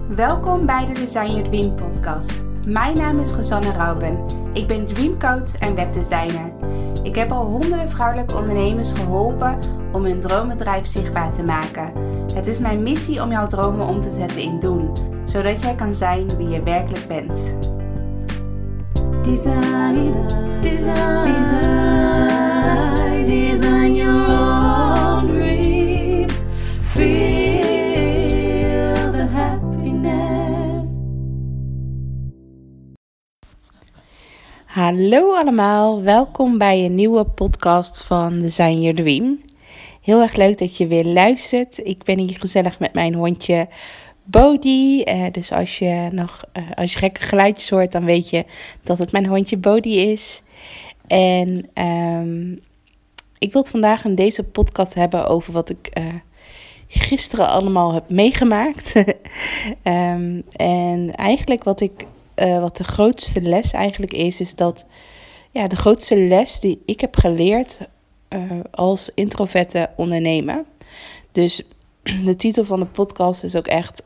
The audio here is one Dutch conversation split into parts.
Welkom bij de Design Your Dream podcast. Mijn naam is Rosanne Rauben. Ik ben dreamcoach en webdesigner. Ik heb al honderden vrouwelijke ondernemers geholpen om hun droombedrijf zichtbaar te maken. Het is mijn missie om jouw dromen om te zetten in doen, zodat jij kan zijn wie je werkelijk bent. Design your own dream. Feel the happiness. Hallo allemaal, welkom bij een nieuwe podcast van Design Your Dream. Heel erg leuk dat je weer luistert. Ik ben hier gezellig met mijn hondje Bodhi. Dus als je gekke geluidjes hoort, dan weet je dat het mijn hondje Bodhi is. En ik wil het vandaag in deze podcast hebben over wat ik gisteren allemaal heb meegemaakt. En eigenlijk wat de grootste les eigenlijk is dat de grootste les die ik heb geleerd als introverte ondernemer. Dus de titel van de podcast is ook echt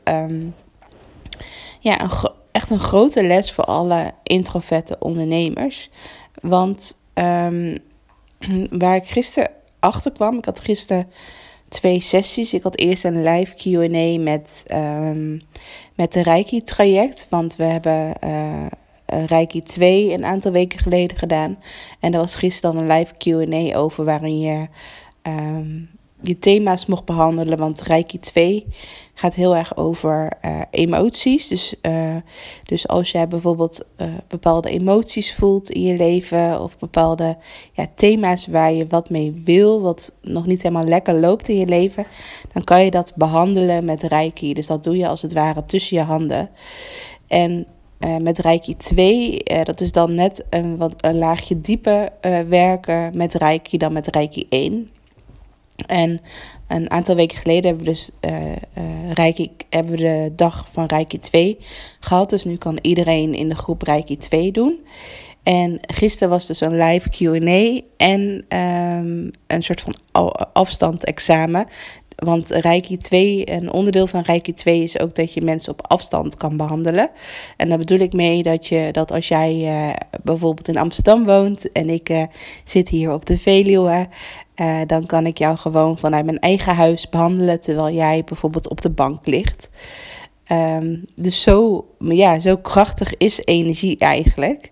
echt een grote les voor alle introverte ondernemers. Want waar ik gisteren achter kwam, ik had gisteren 2 sessies. Ik had eerst een live Q&A met de Reiki traject, want we hebben Reiki 2 een aantal weken geleden gedaan. En er was gisteren dan een live Q&A over waarin je je thema's mocht behandelen. Want Reiki 2 gaat heel erg over emoties. Dus als jij bijvoorbeeld bepaalde emoties voelt in je leven, of bepaalde thema's waar je wat mee wil, wat nog niet helemaal lekker loopt in je leven, dan kan je dat behandelen met Reiki. Dus dat doe je als het ware tussen je handen. En met Reiki 2, dat is dan net een laagje dieper werken met Reiki dan met Reiki 1. En een aantal weken geleden hebben we dus hebben we de dag van Reiki 2 gehad. Dus nu kan iedereen in de groep Reiki 2 doen. En gisteren was dus een live Q&A en een soort van afstandexamen. Want Reiki 2, een onderdeel van Reiki 2 is ook dat je mensen op afstand kan behandelen. En daar bedoel ik mee dat als jij bijvoorbeeld in Amsterdam woont en ik zit hier op de Veluwe, dan kan ik jou gewoon vanuit mijn eigen huis behandelen terwijl jij bijvoorbeeld op de bank ligt. Dus zo krachtig is energie eigenlijk.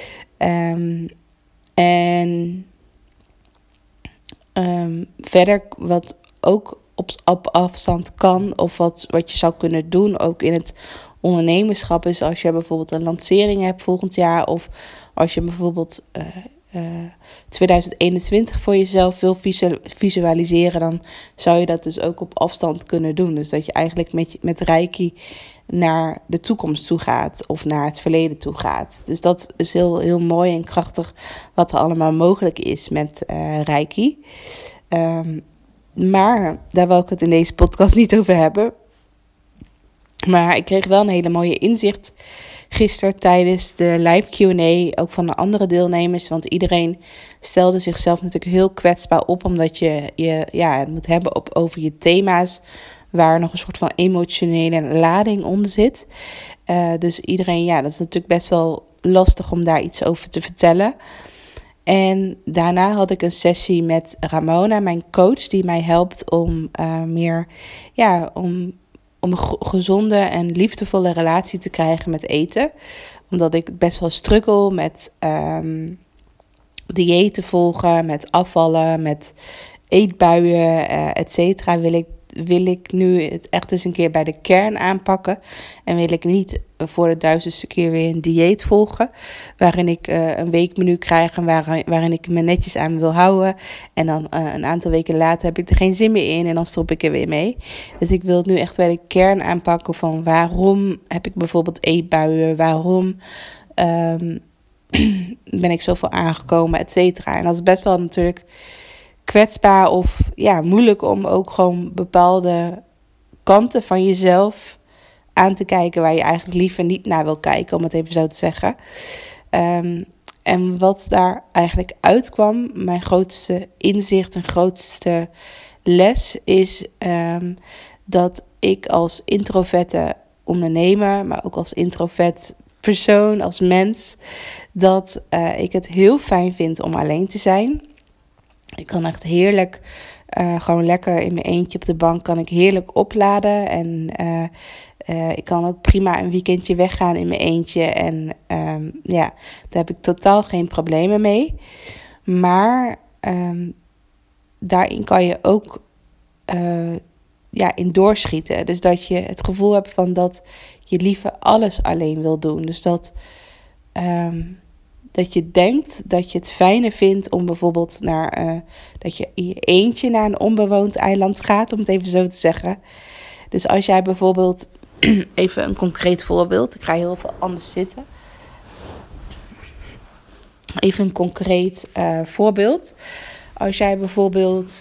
Verder wat ook op afstand kan, of wat je zou kunnen doen, ook in het ondernemerschap, is als je bijvoorbeeld een lancering hebt volgend jaar, of als je bijvoorbeeld 2021 voor jezelf wil visualiseren, dan zou je dat dus ook op afstand kunnen doen. Dus dat je eigenlijk met Reiki naar de toekomst toe gaat of naar het verleden toe gaat. Dus dat is heel, heel mooi en krachtig wat er allemaal mogelijk is met Reiki. Maar daar wil ik het in deze podcast niet over hebben. Maar ik kreeg wel een hele mooie inzicht gisteren tijdens de live Q&A, ook van de andere deelnemers. Want iedereen stelde zichzelf natuurlijk heel kwetsbaar op, omdat je het moet hebben over je thema's, waar nog een soort van emotionele lading onder zit. Dus iedereen, dat is natuurlijk best wel lastig om daar iets over te vertellen. En daarna had ik een sessie met Ramona, mijn coach, die mij helpt om om een gezonde en liefdevolle relatie te krijgen met eten. Omdat ik best wel struggle met diëten volgen, met afvallen, met eetbuien, et cetera. Wil ik nu het echt eens een keer bij de kern aanpakken. En wil ik niet voor de 1000ste keer weer een dieet volgen, waarin ik een weekmenu krijg en waarin ik me netjes aan wil houden. En dan een aantal weken later heb ik er geen zin meer in en dan stop ik er weer mee. Dus ik wil het nu echt bij de kern aanpakken van waarom heb ik bijvoorbeeld eetbuien, waarom ben ik zoveel aangekomen, et cetera. En dat is best wel natuurlijk kwetsbaar of moeilijk om ook gewoon bepaalde kanten van jezelf aan te kijken waar je eigenlijk liever niet naar wil kijken, om het even zo te zeggen. En wat daar eigenlijk uitkwam, mijn grootste inzicht en grootste les, is dat ik als introverte ondernemer, maar ook als introvert persoon, als mens, dat ik het heel fijn vind om alleen te zijn. Ik kan echt heerlijk, gewoon lekker in mijn eentje op de bank, kan ik heerlijk opladen. En ik kan ook prima een weekendje weggaan in mijn eentje. En daar heb ik totaal geen problemen mee. Maar daarin kan je ook in doorschieten. Dus dat je het gevoel hebt van dat je liever alles alleen wil doen. Dus dat je denkt dat je het fijner vindt om bijvoorbeeld dat je in je eentje naar een onbewoond eiland gaat, om het even zo te zeggen. Dus als jij bijvoorbeeld, even een concreet voorbeeld, ik ga heel veel anders zitten. Even een concreet voorbeeld. Als jij bijvoorbeeld,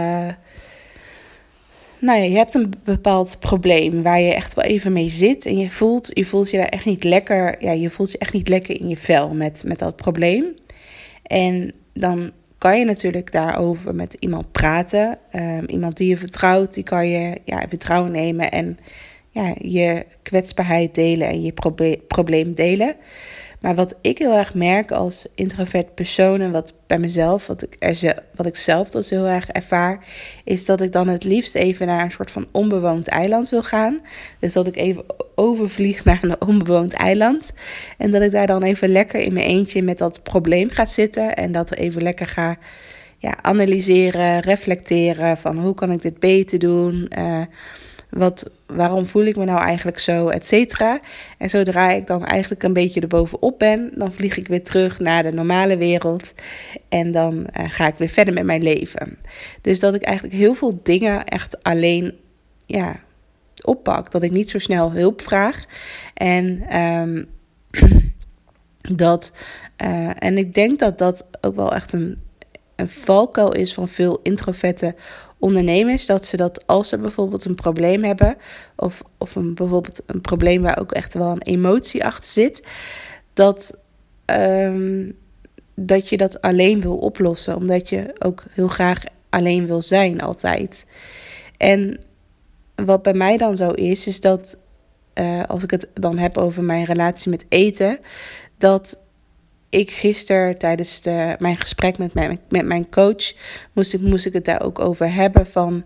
je hebt een bepaald probleem waar je echt wel even mee zit en je voelt je daar echt niet lekker. Ja, je voelt je echt niet lekker in je vel met dat probleem. En dan kan je natuurlijk daarover met iemand praten. Iemand die je vertrouwt, die kan je in vertrouwen nemen en je kwetsbaarheid delen en je probleem delen. Maar wat ik heel erg merk als introvert persoon en wat bij mezelf, wat ik zelf dus heel erg ervaar, is dat ik dan het liefst even naar een soort van onbewoond eiland wil gaan. Dus dat ik even overvlieg naar een onbewoond eiland. En dat ik daar dan even lekker in mijn eentje met dat probleem ga zitten. En dat even lekker ga analyseren, reflecteren van hoe kan ik dit beter doen. Waarom voel ik me nou eigenlijk zo, et cetera. En zodra ik dan eigenlijk een beetje erbovenop ben, dan vlieg ik weer terug naar de normale wereld. En dan ga ik weer verder met mijn leven. Dus dat ik eigenlijk heel veel dingen echt alleen oppak. Dat ik niet zo snel hulp vraag. En en ik denk dat dat ook wel echt een valkuil is van veel introverte ondernemers, dat ze dat als ze bijvoorbeeld een probleem hebben, of bijvoorbeeld een probleem waar ook echt wel een emotie achter zit, dat je dat alleen wil oplossen, omdat je ook heel graag alleen wil zijn altijd. En wat bij mij dan zo is dat als ik het dan heb over mijn relatie met eten, dat ik gisteren tijdens mijn gesprek met mijn coach moest ik het daar ook over hebben van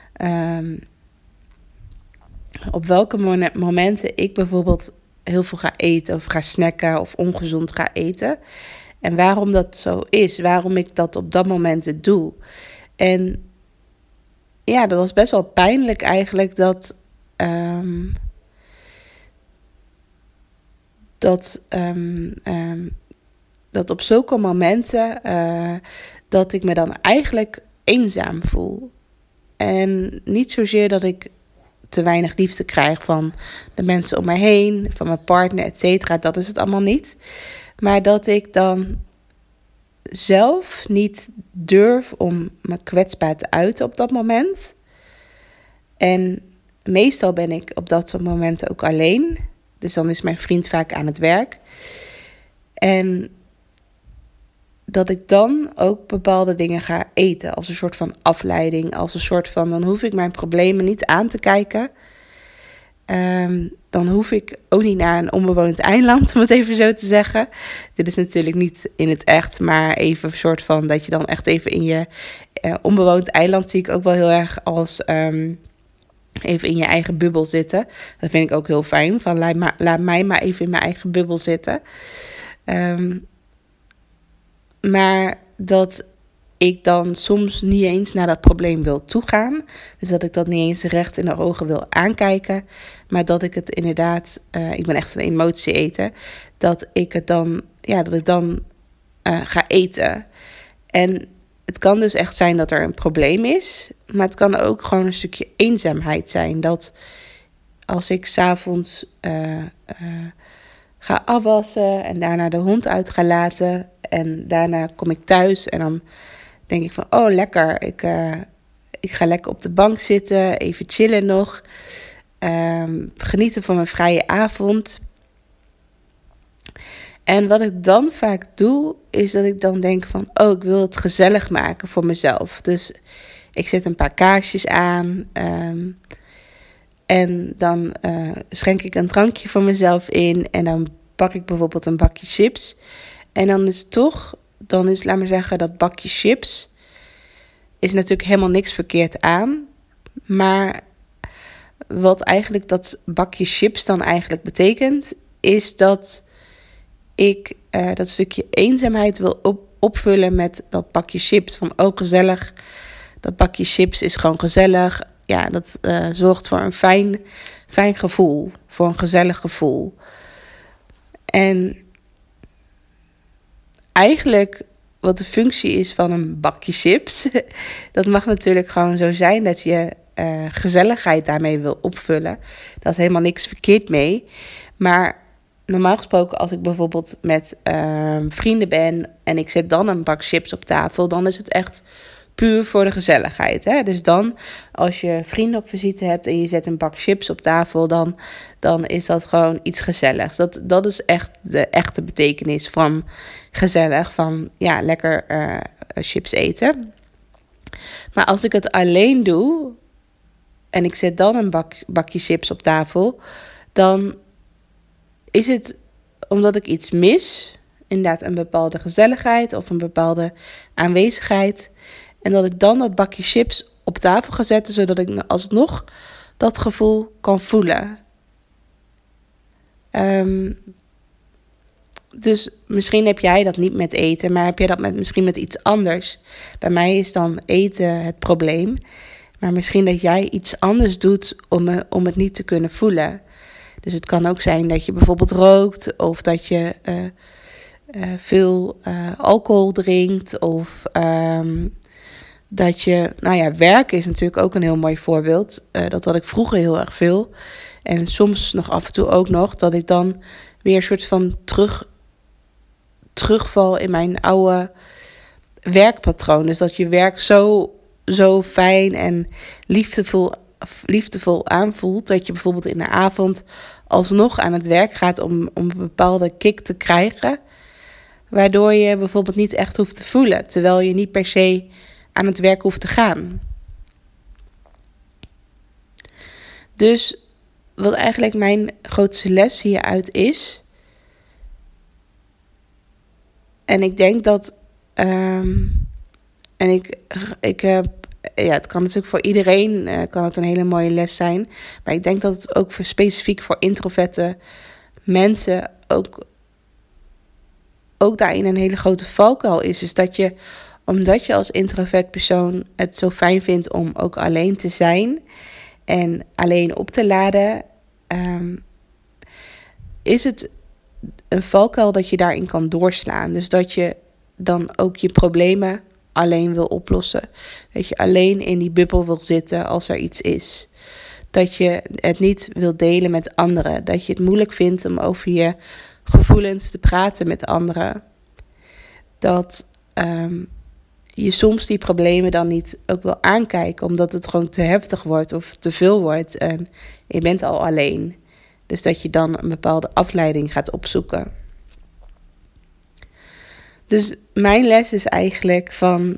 op welke momenten ik bijvoorbeeld heel veel ga eten of ga snacken of ongezond ga eten. En waarom dat zo is, waarom ik dat op dat moment doe. En dat was best wel pijnlijk eigenlijk dat op zulke momenten dat ik me dan eigenlijk eenzaam voel. En niet zozeer dat ik te weinig liefde krijg van de mensen om me heen, van mijn partner, et cetera. Dat is het allemaal niet. Maar dat ik dan zelf niet durf om me kwetsbaar te uiten op dat moment. En meestal ben ik op dat soort momenten ook alleen. Dus dan is mijn vriend vaak aan het werk. En dat ik dan ook bepaalde dingen ga eten als een soort van afleiding. Als een soort van, dan hoef ik mijn problemen niet aan te kijken. Dan hoef ik ook niet naar een onbewoond eiland, om het even zo te zeggen. Dit is natuurlijk niet in het echt, maar even een soort van dat je dan echt even in je onbewoond eiland zie ik ook wel heel erg als even in je eigen bubbel zitten. Dat vind ik ook heel fijn, van laat mij maar even in mijn eigen bubbel zitten. Maar dat ik dan soms niet eens naar dat probleem wil toegaan. Dus dat ik dat niet eens recht in de ogen wil aankijken. Maar dat ik het inderdaad, ik ben echt een emotieeter. Dat ik dan ga eten. En het kan dus echt zijn dat er een probleem is. Maar het kan ook gewoon een stukje eenzaamheid zijn. Dat als ik 's avonds ga afwassen en daarna de hond uit ga laten. En daarna kom ik thuis en dan denk ik van, oh lekker, ik ga lekker op de bank zitten, even chillen nog. Genieten van mijn vrije avond. En wat ik dan vaak doe, is dat ik dan denk van, oh, ik wil het gezellig maken voor mezelf. Dus ik zet een paar kaarsjes aan. En dan schenk ik een drankje voor mezelf in. En dan pak ik bijvoorbeeld een bakje chips. En dan is, laat maar zeggen, dat bakje chips is natuurlijk helemaal niks verkeerd aan. Maar wat eigenlijk dat bakje chips dan eigenlijk betekent, is dat ik dat stukje eenzaamheid wil opvullen met dat bakje chips. Van ook gezellig, dat bakje chips is gewoon gezellig. Ja, dat zorgt voor een fijn gevoel, voor een gezellig gevoel. En eigenlijk wat de functie is van een bakje chips, dat mag natuurlijk gewoon zo zijn dat je gezelligheid daarmee wil opvullen. Daar is helemaal niks verkeerd mee. Maar normaal gesproken, als ik bijvoorbeeld met vrienden ben en ik zet dan een bak chips op tafel, dan is het echt puur voor de gezelligheid. Hè? Dus dan, als je vrienden op visite hebt en je zet een bak chips op tafel, dan is dat gewoon iets gezelligs. Dat is echt de echte betekenis van gezellig, van ja, lekker chips eten. Maar als ik het alleen doe en ik zet dan een bakje chips op tafel, dan is het omdat ik iets mis, inderdaad een bepaalde gezelligheid of een bepaalde aanwezigheid, en dat ik dan dat bakje chips op tafel ga zetten, zodat ik alsnog dat gevoel kan voelen. Dus misschien heb jij dat niet met eten, maar heb jij dat misschien met iets anders. Bij mij is dan eten het probleem. Maar misschien dat jij iets anders doet om het niet te kunnen voelen. Dus het kan ook zijn dat je bijvoorbeeld rookt, of dat je veel alcohol drinkt, of dat je, werken is natuurlijk ook een heel mooi voorbeeld. Dat had ik vroeger heel erg veel. En soms nog af en toe ook nog, dat ik dan weer een soort van terugval in mijn oude werkpatroon. Dus dat je werk zo fijn en liefdevol aanvoelt, dat je bijvoorbeeld in de avond alsnog aan het werk gaat om een bepaalde kick te krijgen, waardoor je bijvoorbeeld niet echt hoeft te voelen, terwijl je niet per se aan het werk hoeft te gaan. Dus wat eigenlijk mijn grootste les hieruit is, en ik denk dat het kan natuurlijk voor iedereen kan het een hele mooie les zijn. Maar ik denk dat het ook specifiek voor introverte mensen ook daarin een hele grote valkuil is. Dus dat je, omdat je als introvert persoon het zo fijn vindt om ook alleen te zijn en alleen op te laden, is het een valkuil dat je daarin kan doorslaan. Dus dat je dan ook je problemen alleen wil oplossen. Dat je alleen in die bubbel wil zitten als er iets is. Dat je het niet wil delen met anderen. Dat je het moeilijk vindt om over je gevoelens te praten met anderen. Dat je soms die problemen dan niet ook wil aankijken, omdat het gewoon te heftig wordt of te veel wordt. En je bent al alleen. Dus dat je dan een bepaalde afleiding gaat opzoeken. Dus mijn les is eigenlijk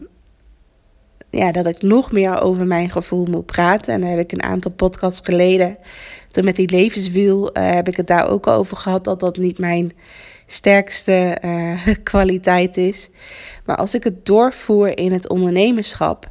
dat ik nog meer over mijn gevoel moet praten. En daar heb ik een aantal podcasts geleden, toen met die levenswiel, heb ik het daar ook over gehad, dat niet mijn sterkste kwaliteit is. Maar als ik het doorvoer in het ondernemerschap,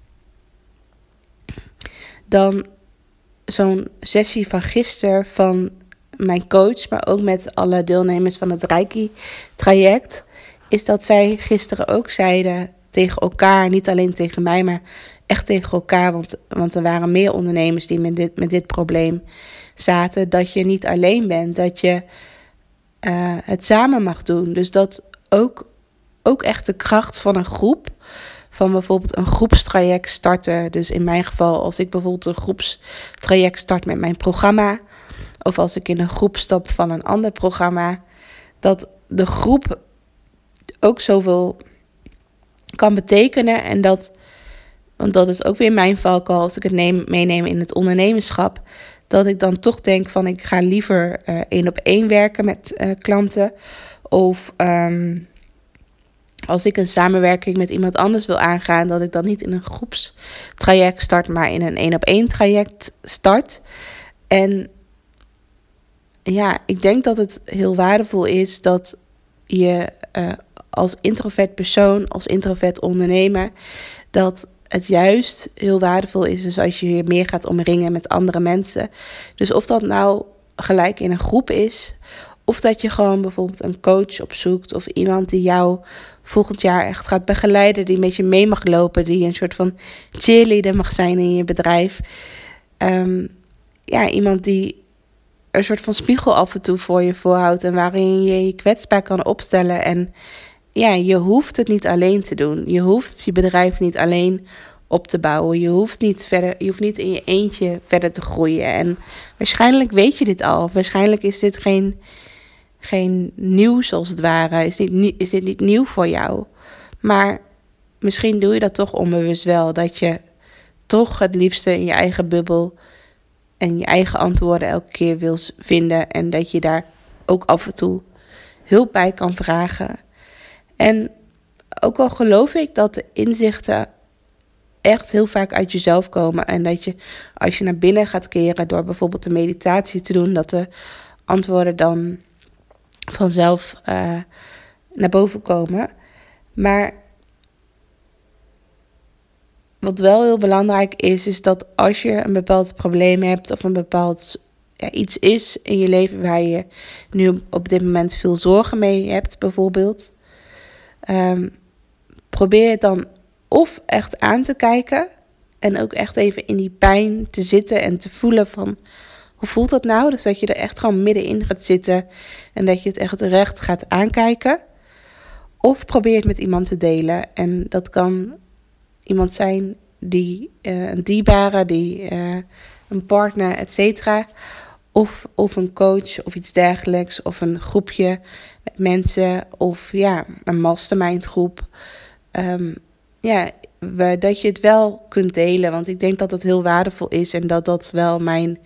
dan zo'n sessie van gisteren van mijn coach, maar ook met alle deelnemers van het Reiki-traject, is dat zij gisteren ook zeiden tegen elkaar, niet alleen tegen mij, maar echt tegen elkaar, want er waren meer ondernemers die met dit probleem zaten, dat je niet alleen bent, dat je het samen mag doen. Dus dat ook echt de kracht van een groep, van bijvoorbeeld een groepstraject starten. Dus in mijn geval, als ik bijvoorbeeld een groepstraject start met mijn programma, of als ik in een groep stap van een ander programma, dat de groep ook zoveel kan betekenen. En want dat is ook weer mijn valkuil als ik het meeneem in het ondernemerschap, dat ik dan toch denk van ik ga liever 1-op-1 werken met klanten. Of als ik een samenwerking met iemand anders wil aangaan, dat ik dan niet in een groepstraject start, maar in een 1-op-1 traject start. En ja, ik denk dat het heel waardevol is dat je als introvert persoon, als introvert ondernemer, dat het juist heel waardevol is dus als je je meer gaat omringen met andere mensen. Dus of dat nou gelijk in een groep is, of dat je gewoon bijvoorbeeld een coach opzoekt of iemand die jou volgend jaar echt gaat begeleiden, die met je mee mag lopen, die een soort van cheerleader mag zijn in je bedrijf. Iemand die een soort van spiegel af en toe voor je voorhoudt en waarin je je kwetsbaar kan opstellen. En ja, je hoeft het niet alleen te doen. Je hoeft je bedrijf niet alleen op te bouwen. Je hoeft niet in je eentje verder te groeien. En waarschijnlijk weet je dit al. Waarschijnlijk is dit geen nieuws als het ware. Is dit niet nieuw voor jou? Maar misschien doe je dat toch onbewust wel. Dat je toch het liefste in je eigen bubbel en je eigen antwoorden elke keer wil vinden. En dat je daar ook af en toe hulp bij kan vragen. En ook al geloof ik dat de inzichten echt heel vaak uit jezelf komen. En dat je, als je naar binnen gaat keren door bijvoorbeeld een meditatie te doen, dat de antwoorden dan vanzelf naar boven komen. Maar wat wel heel belangrijk is dat als je een bepaald probleem hebt of een bepaald iets is in je leven waar je nu op dit moment veel zorgen mee hebt bijvoorbeeld, probeer het dan of echt aan te kijken en ook echt even in die pijn te zitten en te voelen van hoe voelt dat nou? Dus dat je er echt gewoon middenin gaat zitten en dat je het echt recht gaat aankijken. Of probeer het met iemand te delen. En dat kan iemand zijn die een dierbare, een partner, et cetera. Of een coach of iets dergelijks. Of een groepje met mensen. Of een mastermind groep. Dat je het wel kunt delen. Want ik denk dat dat heel waardevol is. En dat wel mijn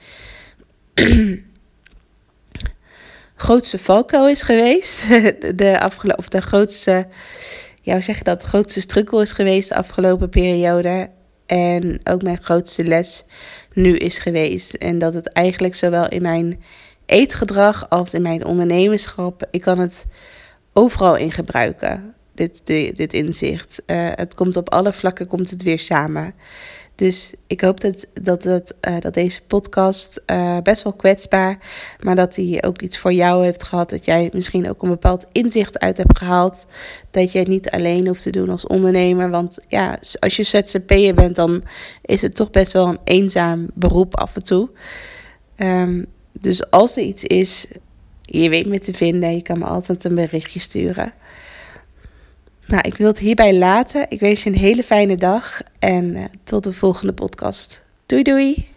grootste valkuil is geweest. De grootste, grootste struggle is geweest de afgelopen periode. En ook mijn grootste les nu is geweest. En dat het eigenlijk zowel in mijn eetgedrag als in mijn ondernemerschap, ik kan het overal in gebruiken. Dit inzicht. Het komt op alle vlakken komt het weer samen. Dus ik hoop dat deze podcast best wel kwetsbaar, maar dat die ook iets voor jou heeft gehad. Dat jij misschien ook een bepaald inzicht uit hebt gehaald. Dat je het niet alleen hoeft te doen als ondernemer. Want ja, als je ZZP'er bent, dan is het toch best wel een eenzaam beroep af en toe. Dus als er iets is, je weet me te vinden. Je kan me altijd een berichtje sturen. Nou, ik wil het hierbij laten. Ik wens je een hele fijne dag en tot de volgende podcast. Doei doei!